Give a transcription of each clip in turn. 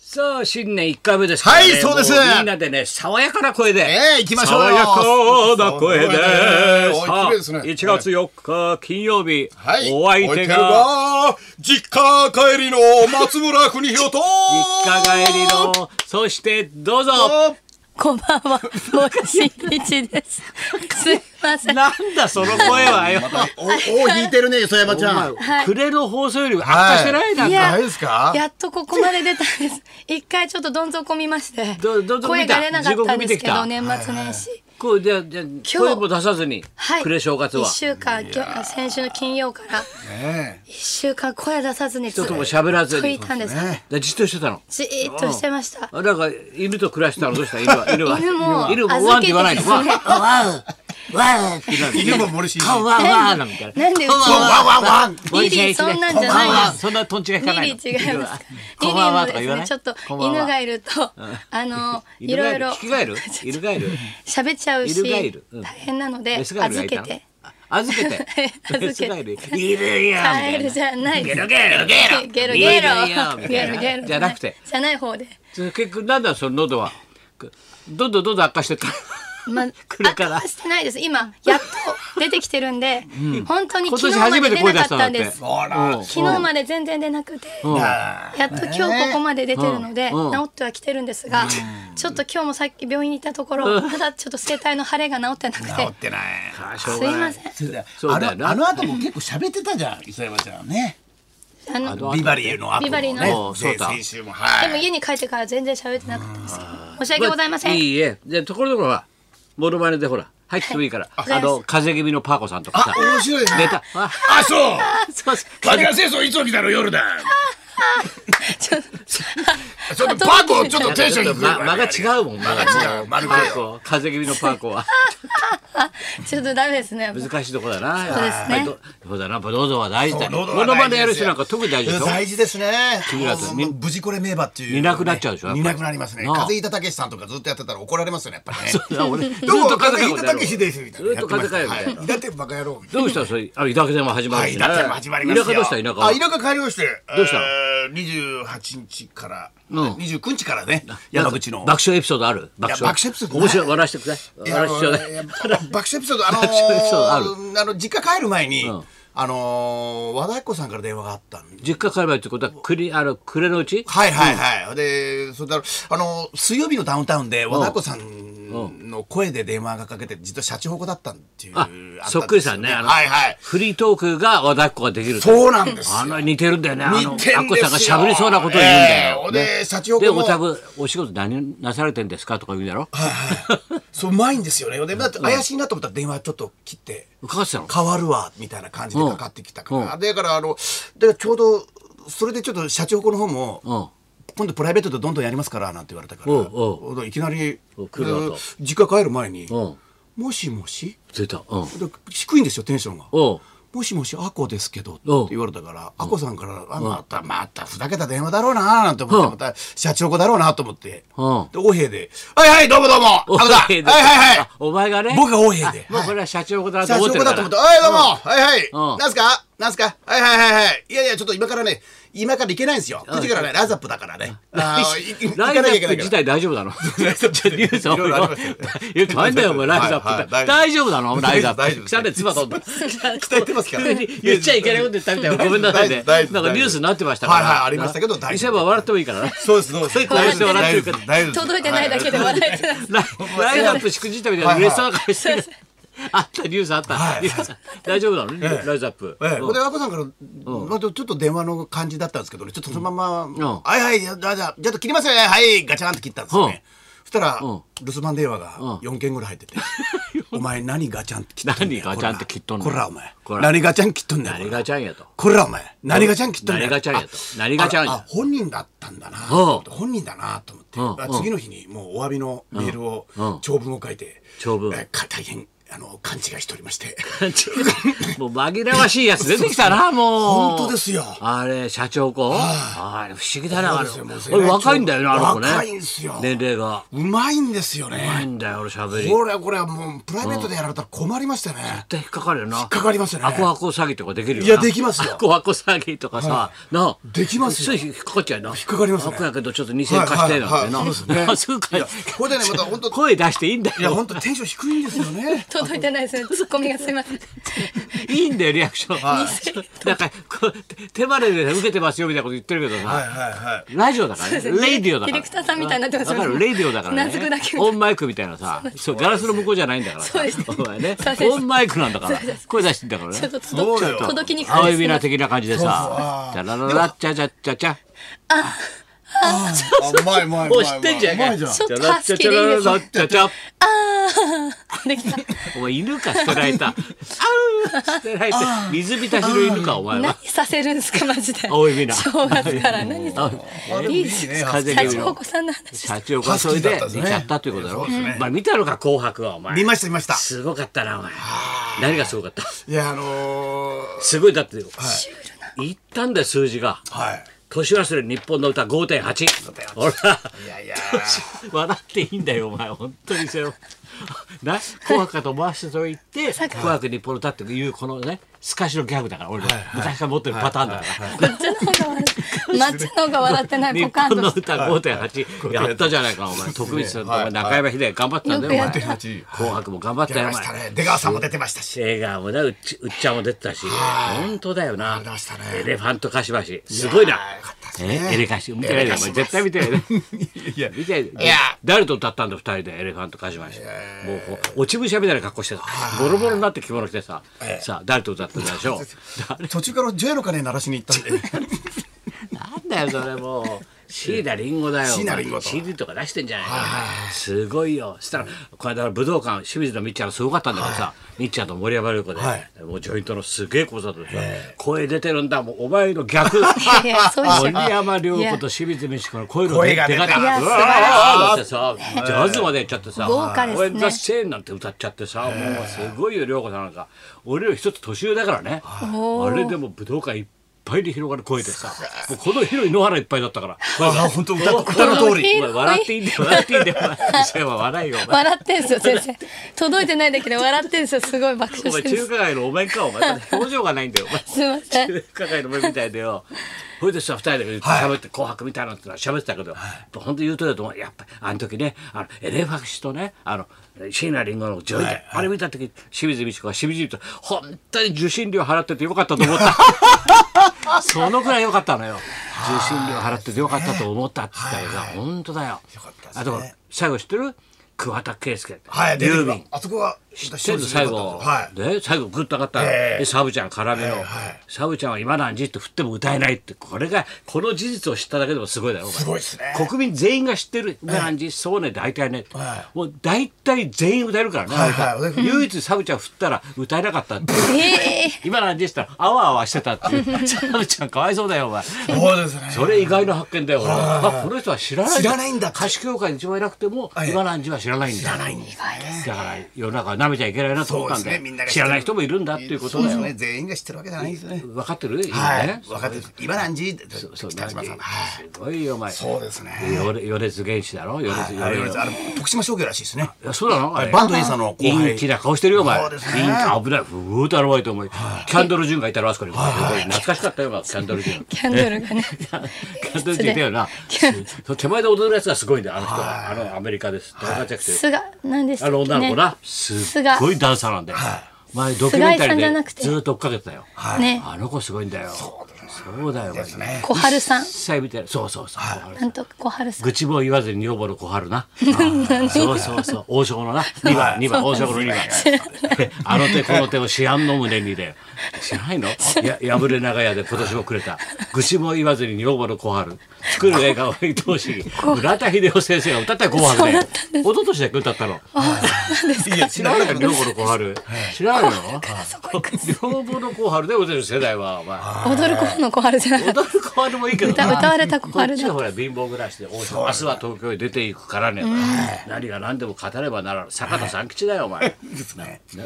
さあ新年1回目ですからね。 はい、そうです。 もみんなでね、爽やかな声で行きましょうよ。 爽やかな声でさあですね。 1月4日金曜日、 はい、 お相手が実家帰りの松村邦洋と実家帰りの、そしてどうぞこんばんは、森進一です。すいません。 なんだその声はよ。 お引いてるね、磯山ちゃん。 暮れの放送より悪化してないなんか。 大丈夫ですか？ やっとここまで出たんです。一回ちょっとどん底見まして、 どん底見た声が出なかったんですけど、 地獄見年末年始。 こうじゃ声も出さずに、 はい、 暮れ正月は 1週間、先週の金曜から1週間声出さずにずっ人とも喋らずにいたんです。 じっとしてたの。 じーっとしてました。 なんか犬と暮らしてたの。どうした犬は犬もワンって言わないの。ワンってなる。 犬も森進一。 ワンワンなんみたいな。 なんでうちワンワンワン。 リリーそんなんじゃないです。 そんなトンチが引かないの。 リリー違います。 こんばんはとか言わない。 ちょっと犬がいるといろいろヒキガエル喋っちゃうし大変なので預けて。 いるよ。 カエルじゃない。ゲロゲロゲロゲロじゃなくて。 じゃない方で。 結局なんだその喉は。どんどん悪化してた。悪化してないです。今やっと出てきてるんで、本当に昨日まで出なかったんです。昨日まで全然出なくて、やっと今日ここまで出てるので治ってはきてるんですが、ちょっと今日もさっき病院に行ったところ、まだちょっと声帯の腫れが治ってなくて、 治ってない。 すいません。 あの後も結構喋ってたじゃん、磯山ちゃんね。ビバリーの後もね、先週も。 でも家に帰ってから全然喋ってなかったんですけど、申し訳ございません。 いいえ、じゃところどころはモノマネでほら入ってもいいから、風邪気味のパーコさんとかさ。 面白いね。 ネタ。 そう。爆破清掃いつ起きたの夜だ。ちょっとパーコちょっとテンション低い。 間が違うもん。 間が違う。 パーコ風邪気味のパーコは。 ちょっとダメですね。 難しいとこだな。 そうですね。 そうだな。喉は大事だ。モノマネやる人なんか特に大事でしょ。 大事ですね。 無事これ名馬っていう。 いなくなっちゃうでしょ。 いなくなりますね。風邪ひいたたけしさんとかずっとやってたら怒られますよね、やっぱりね。 どうも風邪ひいたたけしですみたいな。 ずっと風邪かよみたいな。 田舎バカ野郎。 どうしたそれ。田舎でも始まるしね。 田舎も始まりますよ。 田舎どうした田舎。 田舎帰りまして。 どうした ？28日から29日からね、山口の爆笑エピソードある？ 爆笑エピソード面白い。笑わせてください。 爆笑エピソード実家帰る前に和田アキ子さんから電話があったんで。 実家帰る前ってことは暮れのうち？ はい。でそれだ水曜日のダウンタウンで和田アキ子さんの声で電話がかけて、実はシャチホコだったっていう。 そっくりさんね。フリートークが和田アキ子ができる。 そうなんです。 似てるんだよね。アキ子さんがしゃべりそうなことを言うんだよ。 でシャチホコも。 でお仕事何なされてんですかとか言うんだろ。 そううまいんですよね。で怪しいなと思ったら電話ちょっと切って変わるわみたいな感じでかかってきたから。だからちょうどそれでちょっとシャチホコの方も。今度プライベートでどんどんやりますからなんて言われたからいきなり実家帰る前に「もしもし?」 出た。 低いんですよテンションが。もしもしアコですけどって言われたから、アコさんからまたふざけた電話だろうななんて思って、またシャチホコだろうなと思って、王兵で「はいどうもアコだはいお前がね、 僕が王兵でもうこれはシャチホコだと思ってるから、 はいどうもなんすかいやちょっと今から行けないんですよ。9時からねライザップだからね。 ライザップ自体大丈夫なの？ニュース何だよお前ライザップ大丈夫なの？ライザップ来たね妻と鍛えてますから。 言っちゃいけないこと言ったみたいなごめんなさいね。なんかニュースになってましたから。 ありましたけど伊勢は笑ってもいいからな。 そうですこうして笑ってるから届いてないだけで笑えてない。 ライザップしくじったみたいな嬉しそうな顔してる。あったニュースあった。大丈夫なのねライザップ。 でアコさんからちょっと電話の感じだったんですけどね、ちょっとそのままはいじゃあちょっと切りますよねガチャンって切ったんですよね。そしたら留守番電話が4件ぐらい入ってて「お前何ガチャンって切っとんねん」。 何ガチャンって切っとんねん。 こらお前何ガチャン切っとんねん。 何ガチャンやと。 こらお前何ガチャン切っとんねん。 何ガチャンやと。何ガチャンや。 本人だったんだな。本人だなと思って次の日にもうお詫びのメールを長文を書いて大変勘違いしておりまして。 もう紛らわしいやつ出てきたな、もう。本当ですよ。 あれ、社長子。あれ、不思議だな、あれ。若いんだよね、あの子ね。 若いんですよ。 年齢が。 うまいんですよね。 うまいんだよ、俺喋り。 これはもう、プライベートでやられたら困りましたね。 絶対引っかかるよな。 引っかかりますよね。 アコアコ詐欺とかできるよな。 いや、できますよ。 アコアコ詐欺とかさ、な。 できますよ。 引っかかっちゃうな。 引っかかりますね。 アコやけど、ちょっと2000円貸してなんてな。そうか。 これでね、また本当。 声出していいんだよ。 いや、本当テンション低いんですよね。 届いてないですね。ツッコミがすみません。 いいんだよリアクション。なんか手までで受けてますよみたいなこと言ってるけどさ、ラジオだからね、レイディオだから。 ディレクターさんみたいになってますよ。 だからレイディオだからね。オンマイクみたいなさ、そうガラスの向こうじゃないんだからさ。お前ね、オンマイクなんだから声出してんだからね。 届きにくい。 青いビナ的な感じでさ、じゃらららちゃちゃちゃちゃ。 うまい。もう知ってんじゃん。 ちょっとハスキーでいいですか。できた。 お前犬か捨てられた。捨てられた。水浸しの犬かお前は。 何させるんですかマジで。 青いビナ。 正月から何させる。いいですね。社長子さんの話。 社長がそれで出ちゃったということだろ。まあ見たのか紅白はお前。 見ました。 すごかったなお前。何がすごかった。 いやすごいだって言ったんだよ数字が。 はい。 年忘れ日本の歌 5.8。ほら。 いや。 笑っていいんだよお前本当にそれ。な紅白かと思わせておいて紅白日本の歌っていうこのね透かしのギャグだから俺昔から持ってるパターンだからこっちの方が笑ってマッチの方が笑ってない日本の歌 5.8 やったじゃないかお前徳光さんと中山秀頑張ったんだよお前紅白も頑張ったよお前出川さんも出てましたし出川もねうっちゃんも出てたし本当だよなエレファントカシマシすごいなエレカシ見てないでお前絶対見てないで見てない誰と歌ったんだ2人でエレファントカシマシもう落ち武者みたいな格好してさボロボロになって着物着てささあ誰と歌ってたでしょ途中からジョエの鐘鳴らしに行ったんでなんだよそれもう椎名林檎だよ。 椎名林檎と CD とか出してんじゃないか。すごいよ。そしたらこの間武道館清水のみっちゃんがすごかったんだからさ、みっちゃんと森山良子で、もうジョイントのすげえ講座でさ、声出てるんだもうお前の逆。森山良子と清水美智子の声の出方。うわーってさ、ジャズまでやっちゃってさ、俺ザセーンなんて歌っちゃってさ、もうすごいよ良子さんなんか。俺より一つ年上だからね。あれでも武道館いっぱいで広がる声でさ、もうこの広い野原いっぱいだったから。 本当歌の通り。 笑っていいんだよ、笑っていいんだよ。笑いよ。 笑ってんすよ先生。届いてないだけで笑ってんすよ。すごい爆笑してる。 お前中華街のお前かお前表情がないんだよ。 すみません。 中華街のお前みたいだよ。それでさ2人で喋って紅白みたいなって喋ってたけど、本当言うとだと思う。やっぱりあの時ねエレファクシとね椎名林檎のジョイであれ見た時清水美智子がしみじみと本当に受信料払っててよかったと思った。そのくらいよかったのよ。受信料払っててよかったと思ったって言ったらさ本当だよ。あと最後知ってる桑田佳祐、 ユーミン、あそこが知ってる最後、最後グッと上がった、サブちゃん絡みの、サブちゃんは今なんじって振っても歌えないって、この事実を知っただけでもすごいだよ。 すごいですね。 国民全員が知ってる今なんじ、そうね大体ね、もう大体全員歌えるからね。唯一サブちゃん振ったら歌えなかったって。今なんじって言ったらあわあわしてたっていう。サブちゃんかわいそうだよお前。 そうですね。 それ意外な発見だよ。この人は知らないんだ。 歌手協会に一番いなくても今なんじは知らないんだ。だから世の中は舐めちゃいけないなと思ったんで、知らない人もいるんだっていうことだよね。 全員が知ってるわけじゃないですね。 分かってる？ はい、分かってる。今何時？ すごいよお前。 そうですね。 米津玄師だろ。 徳島商業らしいですね。 そうなの？ バンド A さんの後輩。 陰気な顔してるよお前。 そうですね。 危ない。ふーっと現れてお前。キャンドル・ジュンがいたらあそこに。懐かしかったよキャンドル・ジュン。 キャンドルがね。 キャンドル・ジュンいたよな。手前で踊るやつがすごいんだよあの人は。アメリカです。 菅なんです。 女の子なすっごいダンサーなんだよ。前ドキュメンタリーでずっと追っかけてたよ。あの子すごいんだよ。そうだよ。 小春さん。 そう。 なんと小春さん。 愚痴も言わずに女房の小春な。そう王将のな2番王将の2番。あの手この手を思案の胸にで。知らないの？破れ長屋で今年もくれた愚痴も言わずに女房の小春作る映画を愛おしい村田秀夫先生が歌ったよ紅白で。一昨年だけ歌ったの。知らないの女房の小春知らないの？女房の小春で踊る世代は踊る子のの小春じゃない。 踊る小春もいいけど歌われた小春だ。 こっちはほら貧乏暮らしで明日は東京へ出ていくからね、何が何でも語ればならぬ坂田三吉だよお前。分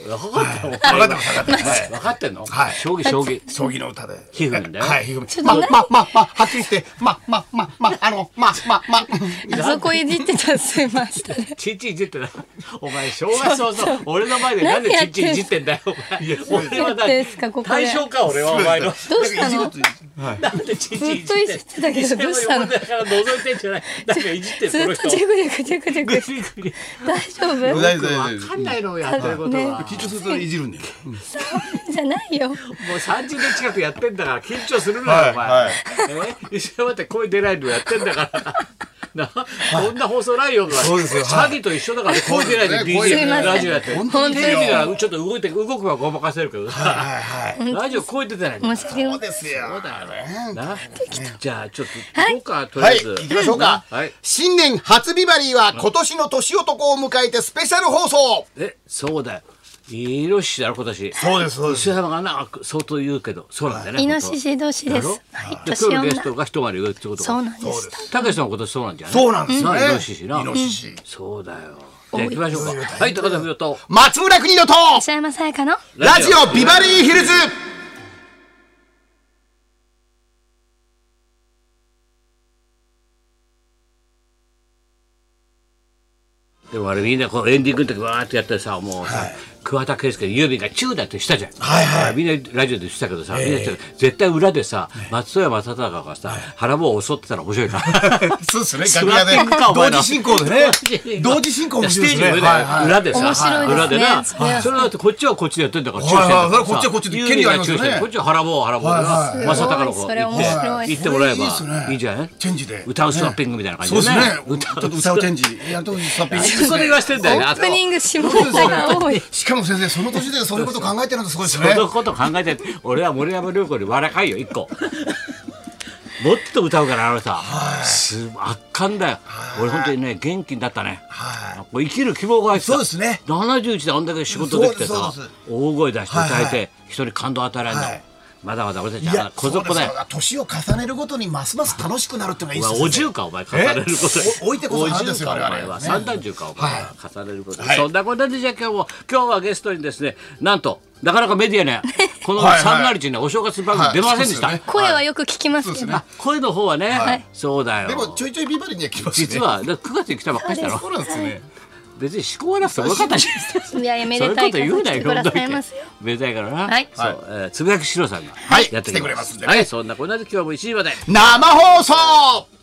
かってんの？将棋の歌で。 ひふみんだよ。 はい、ひふみ。はっきりして、 あそこいじってたすいません。 ちんちんいじってた。お前正月早々俺の前でなんでちんちんいじってんだよ。俺は対象か俺はお前の。 どうしたの？ なんでちんちんいじってんの？ ずっといじってたけどどうしたの？ だから覗いてんじゃない。なんかいじってるこの人。 ずっとジェグジェグ大丈夫？ 大丈夫。 分かんないのやってることは。 緊張するといじるんだよ。 じゃないよ。もう 30年近くやってんだから緊張するのよお前。一緒に待って声出ないのやってんだから。こんな放送ないよ。詐欺と一緒だからね。声出ないで DJ ラジオやって。テレビがちょっと動くはごまかせるけどさ。ラジオ声出てない。 そうですよ。 そうだよね。じゃあちょっと行こうかとりあえず。 行きましょうか。新年初ビバリーは今年の年男を迎えてスペシャル放送。 そうだよ。イノシシだろ今年。 そうですそうです。 石山がな相当言うけどそうなんだね。 イノシシ年です。 はい。今日のゲストが一回り上ってことか。 そうなんです。 たけしさんも今年そうなんじゃない？ そうなんですね。 イノシシな。イノシシ。そうだよ。じゃあ行きましょうか。はい、高田文夫と松村邦洋と石山さやかのラジオビバリーヒルズ。 でもあれみんなこうエンディングの時わーってやってさもうさ桑田佳祐の郵便がチューだってしたじゃん。みんなラジオでしたけどさみんな絶対裏でさ松任谷正隆がさ腹棒を襲ってたら面白いから。 そうですね。楽屋で同時進行でね。同時進行もステージの上で裏でさ裏でなそれだってこっちはこっちでやってんだからチューしてんだからさ。 こっちはこっちで権利がありますよね。 こっちは腹棒でな正隆の子行ってもらえばいいじゃない。 チェンジで歌うスワッピングみたいな感じでね。 そうですね。ちょっと歌うチェンジやるとスワッピング。 そこで言わしてんだよね。 オープニング下ネタが多い。 しかも先生その年でそういうこと考えてるのすごいですね。 そのこと考えて俺は森山良子に笑かいよ一個。もっと歌うからあのさ圧巻だよ。俺本当にね元気になったね。生きる希望が入ってた。 そうですね。 71であんだけ仕事できてさ大声出して歌えて人に感動与えられるの。まだまだ俺たちは小僧だよ。 年を重ねるごとにますます楽しくなるっていうのがいいですね。 お重かお前重ねること置いてこそなんですよ。 お前は三段重かお前重ねること。そんなことでじゃあ今日はゲストにですねなんとなかなかメディアねこの三が日ねお正月番組出ませんでした。 声はよく聞きますけど。 声の方はねそうだよ。 でもちょいちょいビバリーには来ますね。 実は9月に来たばっかりだろ。 そうなんですね。 別に思考がなくてもよかったし。 いやめでたいから来てくださいますよ。 めでたいからな。 はい。 そうつぶやきしろさんがやってくれますんで。はいそんなこんなで今日も1時まで生放送。